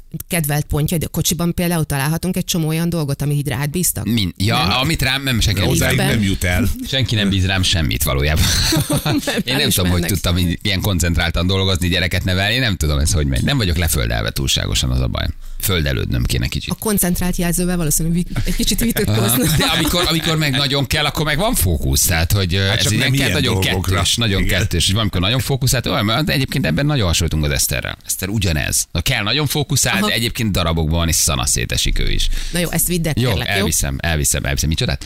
Speaker 3: kedvelt pontja, de a kocsiban például találhatunk egy csomó olyan dolgot, amit így rád bíztak?
Speaker 2: Amit rám nem senki nem bíz rám.
Speaker 4: Nem jut el.
Speaker 2: Senki nem bíz rám semmit valójában. Én nem tudom, hogy tudtam ilyen koncentráltan dolgozni, gyereket nevelni, nem tudom ez, hogy megy. Nem vagyok leföldelve túlságosan, az a baj. Földelődnöm kéne kicsit.
Speaker 3: A koncentrált jelzővel valószínűleg egy kicsit vitatkoznak.
Speaker 2: De amikor meg nagyon kell, akkor meg van fókusz. Tehát, hogy ez ilyen nagyon kettős. Hogy valamikor nagyon fókuszált, de egyébként ebben nagyon hasonlítunk az Eszterrel. Eszter ugyanez. Kell nagyon fókuszált, de egyébként darabokban van, és szanaszét esik ő is.
Speaker 3: Na jó, ezt vidd el,
Speaker 2: jó,
Speaker 3: kérlek,
Speaker 2: elviszem. Micsodát?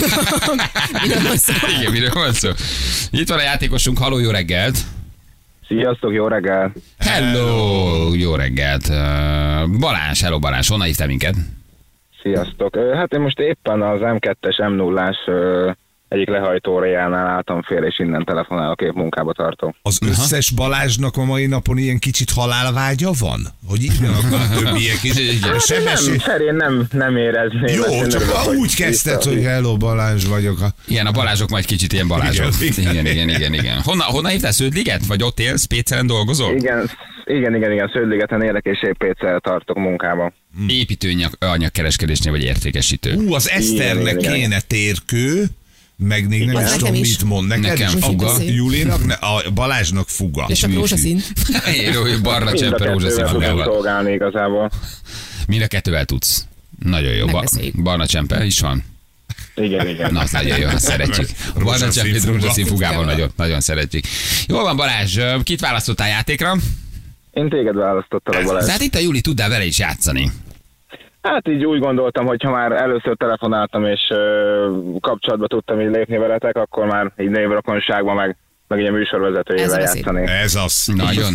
Speaker 3: Miről van szó?
Speaker 2: Igen, miről van szó? Itt van a játékosunk, halló, jó reggelt!
Speaker 6: Sziasztok, jó reggel!
Speaker 2: Hello, jó reggelt! Balázs, hello Balázs, honnan hívtál minket?
Speaker 6: Sziasztok! Hát én most éppen az M2-es M0-ás egyik lehajtóréjánál álltam fél, és innen telefonálok, épp munkába tartok.
Speaker 4: Az összes Balázsnak a mai napon ilyen kicsit halálvágya van? Hogy így van a többiek is?
Speaker 6: Nem, Ferén nem érezném.
Speaker 4: Jó, csak úgy kezdted, hogy hello, Balázs vagyok.
Speaker 2: Igen, a Balázsok majd kicsit ilyen Balázsok. Igen. Honnan hívtál? Sződliget? Vagy ott élsz? Pécelen dolgozol?
Speaker 6: Igen, Sződligeten élek, és épp Pécelen tartok munkába.
Speaker 2: Építőanyagkereskedésnél vagy értékesítő.
Speaker 4: Az Eszternek kéne térkő, meg még nem is tudom, mit mond. Nekem fuga. Julinak, a Balázsnak fuga.
Speaker 3: És a rózsaszín.
Speaker 2: Barna csempe rózsaszín fugával.
Speaker 6: Szolgálni igazából.
Speaker 2: Mind a kettővel tudsz. Nagyon jó. Barna csempe is van.
Speaker 6: Igen.
Speaker 2: Na, nagyon jó, szeretjük. A barna csempét rózsaszín fugával nagyon szeretjük. Jól van, Balázs, kit választottál játékra?
Speaker 6: Én téged választottalak, Balázs.
Speaker 2: Tehát itt a Juli, tudnál vele is játszani.
Speaker 6: Hát így úgy gondoltam, hogy ha már először telefonáltam, és kapcsolatba tudtam így lépni veletek, akkor már így névrokonságban meg ugye műsorvezetőjével játszani.
Speaker 4: Ez az.
Speaker 2: Nagyon.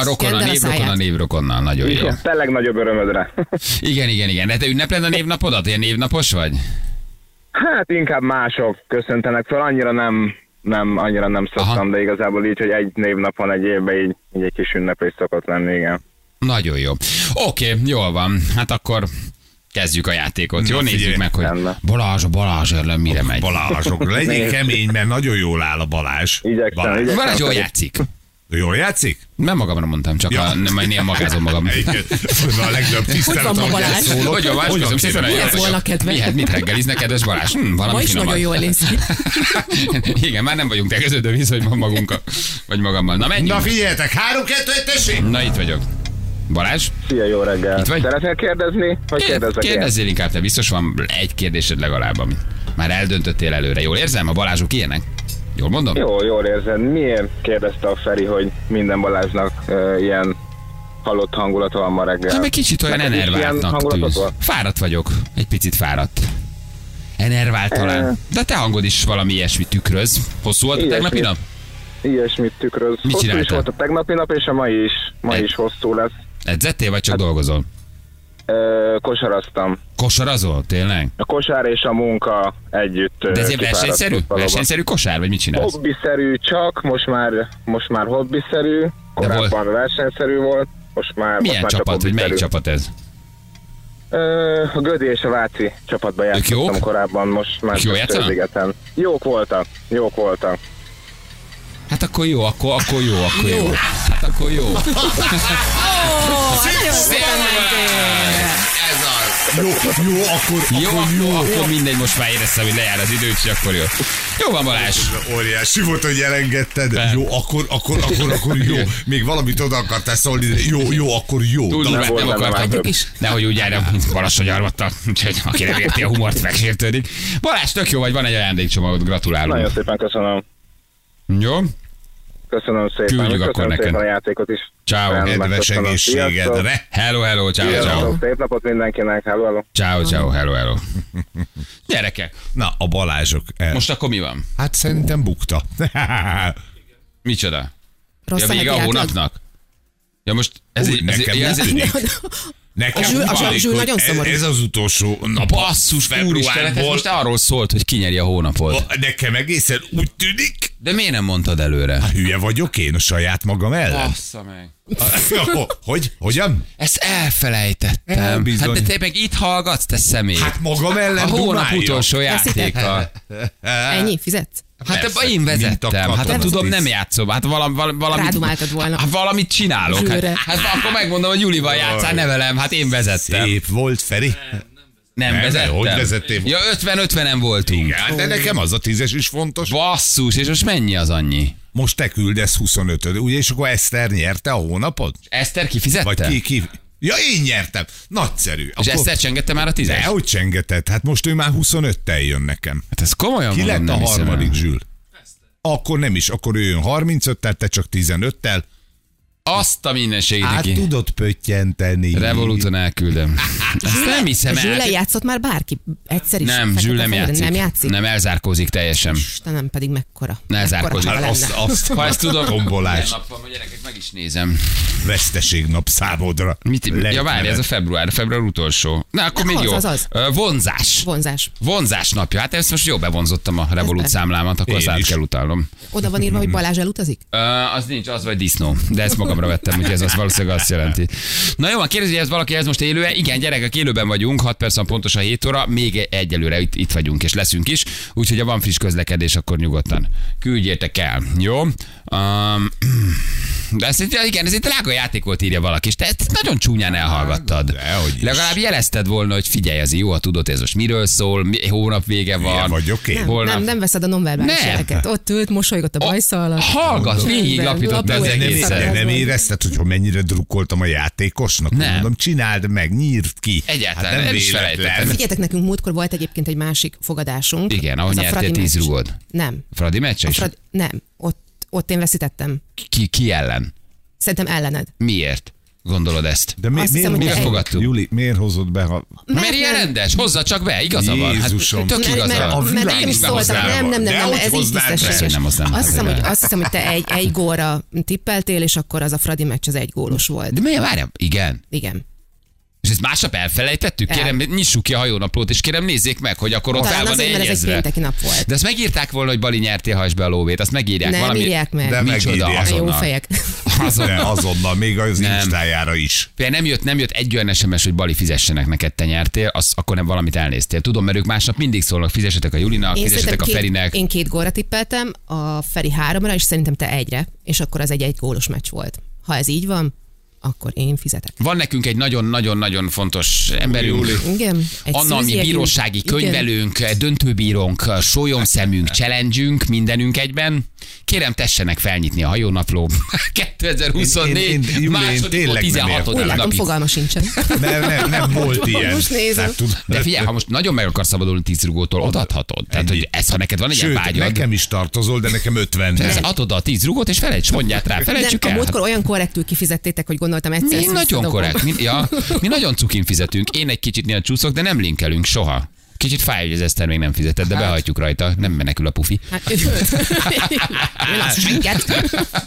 Speaker 2: A névrokonnal, nagyon jó.
Speaker 6: Te legnagyobb örömödre.
Speaker 2: Igen. De te ünnepled a névnapodat? Ilyen névnapos vagy?
Speaker 6: Hát inkább mások köszöntenek fel, annyira nem szoktam, de igazából így, hogy egy névnapon egy évben így egy kis ünneplés szokott lenni, igen.
Speaker 2: Nagyon jó. Oké, jól van. Hát akkor kezdjük a játékot. Jó, nézzük meg, hogy Balázs ellen mire megy.
Speaker 4: Balázsok, legyél kemény, mert nagyon jól áll a Balázs.
Speaker 6: Igyekszem.
Speaker 2: Balázs jól játszik.
Speaker 4: Jól játszik?
Speaker 2: Nem magamra mondtam, csak majd néha magázom magam.
Speaker 4: A legnagyobb tisztelet, ahogy elszólok.
Speaker 2: Hogy van, Balázs, köszönöm szépen.
Speaker 3: Ez volna kedve.
Speaker 2: Mit reggeliznek, kedves Balázs?
Speaker 3: Ma is nagyon jól néz ki.
Speaker 2: Igen, már nem vagyunk tegeződő viszonyban magunkkal, vagy magammal. Na menjünk.
Speaker 4: Na figyeljetek, 3-2-1, tessék!
Speaker 2: Na itt vagyok. Balázs?
Speaker 6: Szia, jó reggel.
Speaker 2: Itt vagy?
Speaker 6: Szeretnél kérdezni? Vagy
Speaker 2: kérdezzél inkább, te biztos van egy kérdésed legalább, amit már eldöntöttél előre. Jól érzem? A Balázsok ilyenek? Jól mondom?
Speaker 6: Jól érzed. Miért kérdezte a Feri, hogy minden Balázsnak ilyen halott hangulata van ma reggel?
Speaker 2: Hát meg kicsit olyan enerváltnak tűz. Fáradt vagyok. Egy picit fáradt. Enervált talán. De te hangod is valami ilyesmi tükröz. Hosszú volt a tegnapi nap?
Speaker 6: Ilyesmit tükröz.
Speaker 2: Mit csináltál?
Speaker 6: Hosszú is volt a tegnapi nap, és a mai is hosszú lesz.
Speaker 2: Edzettél, vagy csak dolgozol?
Speaker 6: Kosaraztam.
Speaker 2: Kosarazol? Tényleg?
Speaker 6: A kosár és a munka együtt.
Speaker 2: De ez egy versenyszerű kosár, vagy mit csinálsz?
Speaker 6: Hobbiszerű csak, most már hobbiszerű. Korábban versenyszerű volt, most már
Speaker 2: csapat, vagy melyik csapat ez?
Speaker 6: A Gödi és a Váci csapatban játszottam korábban, most már Sződligeten. Jók voltak.
Speaker 2: Hát akkor jó. Hát akkor jó. Akkor mindegy, most már éreztem, hogy lejár az idő, és akkor jó. Jó van, Balázs.
Speaker 4: Óriási volt, hogy elengedted. Jó, akkor jó. Még valamit oda akartál szólni, jó, akkor jó.
Speaker 2: Túl durvát nem akartam. Nehogy úgy járjam, Balassa gyarmatta, úgyhogy aki nem érti a humort, megsértődik. Balázs, tök jó vagy, van egy ajándékcsomagod, gratulálunk.
Speaker 6: Nagyon szépen köszönöm.
Speaker 2: Jó?
Speaker 6: Köszönöm szépen.
Speaker 2: Küldjük akkor neked.
Speaker 6: Szépen a játékot is.
Speaker 2: Ciao.
Speaker 4: Kedves egészségedre.
Speaker 2: Hello, ciao.
Speaker 6: Szép napot mindenkinek. Hello.
Speaker 2: Ciao, hello. Gyerekek.
Speaker 4: Na, a Balázsok.
Speaker 2: Most akkor mi van?
Speaker 4: Hát szerintem bukta.
Speaker 2: Micsoda?
Speaker 3: Rossz
Speaker 2: vége a hónapnak? Ja most ez
Speaker 4: Nekem
Speaker 3: a Zsül nagyon szomorú.
Speaker 4: Ez az utolsó nap.
Speaker 2: Basszus, úristen, ez most arról szólt, hogy kinyeri a hónapot.
Speaker 4: Nekem egészen úgy tűnik.
Speaker 2: De miért nem mondtad előre?
Speaker 4: Hát hülye vagyok én a saját magam ellen.
Speaker 2: Bassza meg.
Speaker 4: Hogyan?
Speaker 2: Ezt elfelejtettem. Hát de te meg itt hallgatsz, te személy.
Speaker 4: Hát magam ellen
Speaker 2: a hónap utolsó játéka.
Speaker 3: Ennyi, fizetsz?
Speaker 2: Hát én vezettem, hát tudom, nem játszom, hát
Speaker 3: Rádumáltad volna.
Speaker 2: Hát valamit csinálok. Hát akkor megmondom, hogy Julival játszál, nevelem, hát én vezettem.
Speaker 4: Szép volt, Feri.
Speaker 2: Nem vezettem.
Speaker 4: Hogy vezettél?
Speaker 2: Ja, 50-50-en voltunk.
Speaker 4: Igen, de nekem az a 10-es is fontos.
Speaker 2: Basszus, és most mennyi az annyi?
Speaker 4: Most te küldesz 25-öt, ugye, és akkor Eszter nyerte a hónapot?
Speaker 2: Eszter kifizette?
Speaker 4: Vagy ki? Ja, én nyertem. Nagyszerű.
Speaker 2: És Eszter csengette már a 10-es?
Speaker 4: Dehogy csengetett, hát most ő már 25-tel jön nekem.
Speaker 2: Hát ez komolyan
Speaker 4: Ki
Speaker 2: mondom,
Speaker 4: lett a
Speaker 2: nem hiszem
Speaker 4: harmadik
Speaker 2: el.
Speaker 4: Zsül? Akkor nem is, akkor ő jön 35-tel, te csak 15-tel.
Speaker 2: Azt a mindenségét
Speaker 4: Hát
Speaker 2: neki.
Speaker 4: tudod pöttyenteni.
Speaker 2: Revoluton elküldem. Ezt nem hiszem el.
Speaker 3: Zsülle játszott már bárki? Egyszer is?
Speaker 2: Nem, Zsül nem játszik.
Speaker 3: Nem játszik?
Speaker 2: Nem, elzárkózik teljesen.
Speaker 3: Istenem, pedig mekkora.
Speaker 2: Elzárkózik.
Speaker 3: Mekkora
Speaker 4: Hát
Speaker 3: lenne.
Speaker 2: Ha ezt tudom,
Speaker 4: Tombolás.
Speaker 2: milyen nap van, hogy gyerekek, meg is nézem.
Speaker 4: Veszteségnap számodra.
Speaker 2: Ja, várj, ez a február utolsó. Na, akkor még jó.
Speaker 3: az.
Speaker 2: Vonzás. Vonzás napja. Hát ezt most jó bevonzottam a Revolut számlámat, akkor
Speaker 4: Én
Speaker 2: azt át
Speaker 4: is.
Speaker 2: kell utalnom.
Speaker 3: Oda van írva, hogy Balázs elutazik?
Speaker 2: Az nincs, az vagy disznó. De ezt magamra vettem, úgyhogy ez az valószínűleg azt jelenti. Na jó, kérdezi, hogy ez valaki ez most élő-e? Igen, gyerekek, élőben vagyunk, 6 perc van pontosan 7 óra, még egyelőre itt vagyunk és leszünk is, úgyhogy ha van friss közlekedés, akkor nyugodtan küldjétek el. Jó? De ez egy drága játék volt, írja valaki, és te ezt nagyon csúnyán elhallgattad. Legalább jelezted volna, hogy figyelj, az jó, ha tudod, ez most miről szól, hónap vége van.
Speaker 4: Vagyok én.
Speaker 3: Nem veszed a nonverbális jeleket. Ott ült, mosolygott a bajsza alatt.
Speaker 2: Hallgat, végig lapított az
Speaker 3: Lapul,
Speaker 2: egészet.
Speaker 4: Nem érezted, hogy mennyire drukkoltam a játékosnak?
Speaker 2: Nem.
Speaker 4: Mondom, csináld meg, nyírd ki.
Speaker 2: Egyáltalán
Speaker 4: Hát
Speaker 2: el is
Speaker 4: véletlen.
Speaker 2: felejtettem.
Speaker 3: Figyeljetek, nekünk múltkor volt egyébként egy másik fogadásunk.
Speaker 2: Igen, ahol
Speaker 3: Az a
Speaker 2: nyertél
Speaker 3: Fradi
Speaker 2: 10
Speaker 3: meccs.
Speaker 2: rugód.
Speaker 3: Nem.
Speaker 2: Fradi meccse is?
Speaker 3: Nem. Ott én veszítettem.
Speaker 2: Ki ellen?
Speaker 3: Szerintem ellened.
Speaker 2: Miért? Gondolod ezt?
Speaker 4: De
Speaker 3: Azt hiszem, hogy
Speaker 2: Miért
Speaker 3: egy-
Speaker 2: fogadtuk?
Speaker 4: Juli, miért hozod be, ha...
Speaker 2: Mert ilyen rendes, hozza csak be, igaza van.
Speaker 4: Jézusom.
Speaker 2: Tök igaza van.
Speaker 3: Mert
Speaker 2: Én
Speaker 3: nekem is
Speaker 2: is
Speaker 3: szóltam,
Speaker 2: behoznám.
Speaker 3: nem,
Speaker 4: Dehogy
Speaker 3: ez így
Speaker 4: hoznád be.
Speaker 3: tisztességes.
Speaker 2: Nem, az nem.
Speaker 3: Azt hiszem, hogy te egy góra tippeltél, és akkor az a Fradi meccs az egy gólos volt.
Speaker 2: De miért várjam? Igen.
Speaker 3: Igen.
Speaker 2: És ezt másnap elfelejtettük? Kérem, nyissuk ki a hajónaplót, és kérem, nézzék meg, hogy akkor ott
Speaker 3: Talán
Speaker 2: el van
Speaker 3: azért, mert ez egy
Speaker 2: egyezve.
Speaker 3: pénteki nap volt.
Speaker 2: De azt megírták volna, hogy Bali nyertél, hajtsd be a lóvét. Azt megírják
Speaker 3: Nem
Speaker 2: valami.
Speaker 3: írják meg.
Speaker 4: De
Speaker 2: Micsoda,
Speaker 4: megírják.
Speaker 3: A jó
Speaker 2: azonnal.
Speaker 3: fejek.
Speaker 4: De azonnal, még az
Speaker 2: Nem.
Speaker 4: Instájára is.
Speaker 2: Például nem jött egy olyan SMS, hogy Bali fizessenek neked, te nyertél, akkor nem valamit elnéztél. Tudom, mert ők másnap mindig szólnak, fizessetek a Julinak, fizessetek a Ferinek.
Speaker 3: Én 2 góra tippeltem, a Feri 3-ra, és szerintem te 1-re, és akkor az egy gólos meccs volt. Ha ez így van, akkor én fizetek.
Speaker 2: Van nekünk egy nagyon-nagyon-nagyon fontos emberünk.
Speaker 3: Igen. Egy
Speaker 2: Anna, ami
Speaker 3: szűzjegyünk.
Speaker 2: bírósági
Speaker 3: Igen.
Speaker 2: könyvelőnk, döntőbírónk, sólyomszemünk, challenge-ünk, mindenünk egyben. Kérem, tessenek felnyitni a hajónapló. 2024.
Speaker 4: Júli, én
Speaker 2: második
Speaker 4: tényleg nem
Speaker 2: 16.
Speaker 3: Úgy látom,
Speaker 2: napi.
Speaker 3: fogalma sincsen.
Speaker 4: Nem volt ilyen.
Speaker 3: Most nézem.
Speaker 4: Tehát, tudod,
Speaker 2: De figyelj, ha most nagyon meg akarsz szabadulni 10 rugótól, odaadhatod. Tehát, hogy ez, ha neked van egy ilyen
Speaker 4: Sőt,
Speaker 2: vágyad,
Speaker 4: nekem is tartozol, de nekem 50.
Speaker 2: ez adod a 10 rugót, és felejts, mondját rá, felejtsük
Speaker 3: Nem, a
Speaker 2: el.
Speaker 3: múltkor olyan korrektül kifizettétek, hogy gondoltam egyszer.
Speaker 2: Mi
Speaker 3: ezt
Speaker 2: nagyon
Speaker 3: visszadobom.
Speaker 2: korrekt. Mi nagyon cukin fizetünk. Én egy kicsit néha csúszok, de nem linkelünk soha. Kicsit fáj, hogy az Eszter még nem fizetett, de behajtjuk rajta, nem menekül a pufi.
Speaker 3: Hát, én azt senket.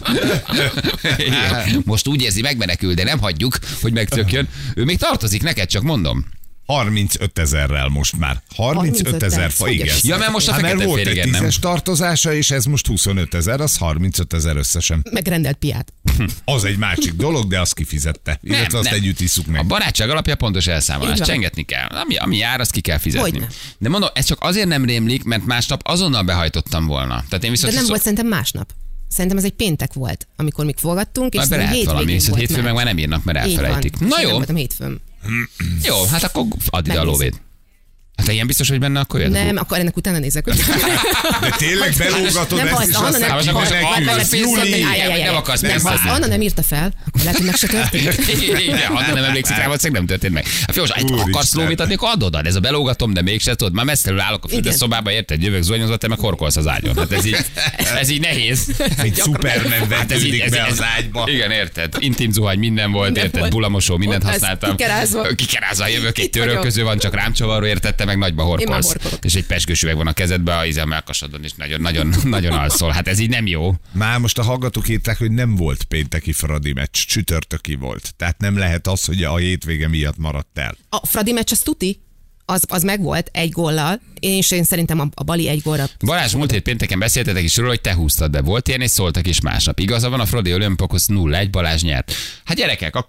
Speaker 2: Most úgy érzi, megmenekül, de nem hagyjuk, hogy megtökjön. Ő még tartozik neked, csak mondom.
Speaker 4: 35 000-rel most már. 35 000 fa, igen.
Speaker 2: Ja, mert most a
Speaker 4: Mert
Speaker 2: fekete
Speaker 4: volt egy
Speaker 2: férigen, nem?
Speaker 4: 10-es tartozása, és ez most 25 000, az 35 000 összesen.
Speaker 3: Megrendelt piát.
Speaker 4: Az egy másik dolog, de azt kifizette. Illetve azt együtt isszuk
Speaker 2: A
Speaker 4: meg.
Speaker 2: barátság alapja pontos elszámolás.
Speaker 3: Így van.
Speaker 2: Csengetni kell. Ami jár, azt ki kell fizetni.
Speaker 3: Hogyne.
Speaker 2: De mondom, ez csak azért nem rémlik, mert másnap azonnal behajtottam volna. Tehát én viszont
Speaker 3: De nem volt szerintem másnap. Szerintem ez egy péntek volt, amikor még fogadtunk, és
Speaker 2: már
Speaker 3: szerintem
Speaker 2: lehet valami,
Speaker 3: hétvégén
Speaker 2: viszont
Speaker 3: volt
Speaker 2: hétfőn meg már nem írnak, mert
Speaker 3: Így van.
Speaker 2: elfelejtik.
Speaker 3: És
Speaker 2: Na
Speaker 3: én nem
Speaker 2: jó,
Speaker 3: voltam hétfőn.
Speaker 2: jó, hát akkor add ide a
Speaker 3: Megnézzük.
Speaker 2: lóvét. Hát te ilyen biztos, hogy benne, akkor jössz.
Speaker 3: Nem, akkor ennek utána nézek.
Speaker 4: De tényleg belógatod
Speaker 3: Nem
Speaker 4: ezt
Speaker 3: azt,
Speaker 4: is,
Speaker 3: Anna
Speaker 4: aztán
Speaker 3: nem,
Speaker 2: most akkor
Speaker 3: vele
Speaker 2: Júli, nem akarsz pénzt adni.
Speaker 3: Anna nem írta fel, akkor lehet, hogy meg se történt.
Speaker 2: Igen, ha nem emlékszik rá, valószínűleg nem történt meg. Hát figyelj, most
Speaker 4: Úristen.
Speaker 2: akarsz lóvét adni, akkor adod, ez a belógatom, de mégse tudod, már messzelül állok a
Speaker 3: Igen.
Speaker 2: fürdőszobába, érted, jövök zuhanyozva, te meg horkolsz az ágyon. Hát ez így nehéz.
Speaker 4: Egy Superman
Speaker 2: Hát
Speaker 4: vetődik be az ágyba.
Speaker 2: Igen, érted? Intim zuhany, minden volt,
Speaker 3: Minden
Speaker 2: érted?
Speaker 3: volt.
Speaker 2: Bulamosó, mindent
Speaker 3: Ott ez
Speaker 2: használtam.
Speaker 3: kikerázva.
Speaker 2: Jövök, egy
Speaker 3: Itt vagyok.
Speaker 2: törölköző van, csak rámcsavaró, érted? Te meg nagyba
Speaker 3: Én már
Speaker 2: horkolsz.
Speaker 3: horkolok.
Speaker 2: És egy pezsgős üveg van a kezedbe, a ízem melkasadon, és nagyon alszol. Hát ez így nem jó.
Speaker 4: Már most a hallgatók írták, hogy nem volt pénteki Fradi meccs, csütörtöki volt. Tehát nem lehet az, hogy a hétvége miatt maradt el.
Speaker 3: A Fradi meccs az tuti, az megvolt egy góllal, és én szerintem a Bali egy gólra.
Speaker 2: Balázs, múlt hét pénteken beszéltetek is róla, hogy te húztad be. Volt ilyen, és szóltak is másnap. Igaza van, a Fradi Olimpiakos 0-1, Balázs nyert. Hát gyerekek, akkor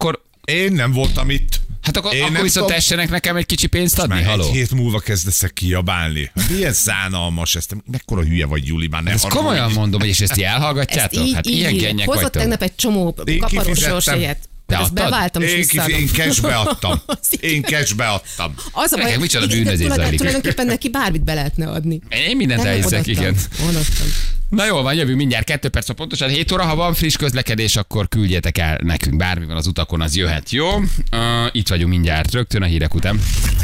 Speaker 4: Én nem voltam itt.
Speaker 2: Hát akkor viszont tessenek nekem egy kicsi pénzt adni, haló?
Speaker 4: Egy hét múlva kezdesz kiabálni. Milyen szánalmas ezt. Mekkora hülye vagy, Juli, már ne
Speaker 2: ezt komolyan mondom, és ezt elhallgatjátok? Hát ilyen gennyek
Speaker 3: hozott
Speaker 2: vagytok.
Speaker 3: tegnap egy csomó kaparós sorsjegyet.
Speaker 2: Te
Speaker 3: ezt beváltam, és visszaadom.
Speaker 4: Én cashbe adtam. Én cashbe adtam.
Speaker 3: Az a baj,
Speaker 2: micsoda bűnözés zajlik.
Speaker 3: Tulajdonképpen neki bármit be lehetne adni.
Speaker 2: Én mindent elhiszek, igen.
Speaker 3: Odattam.
Speaker 2: Na jól van, jövünk mindjárt 2 perc, pontosan 7 óra. Ha van friss közlekedés, akkor küldjetek el nekünk. Bármi van az utakon, az jöhet, jó? Itt vagyunk mindjárt, rögtön a hírek után.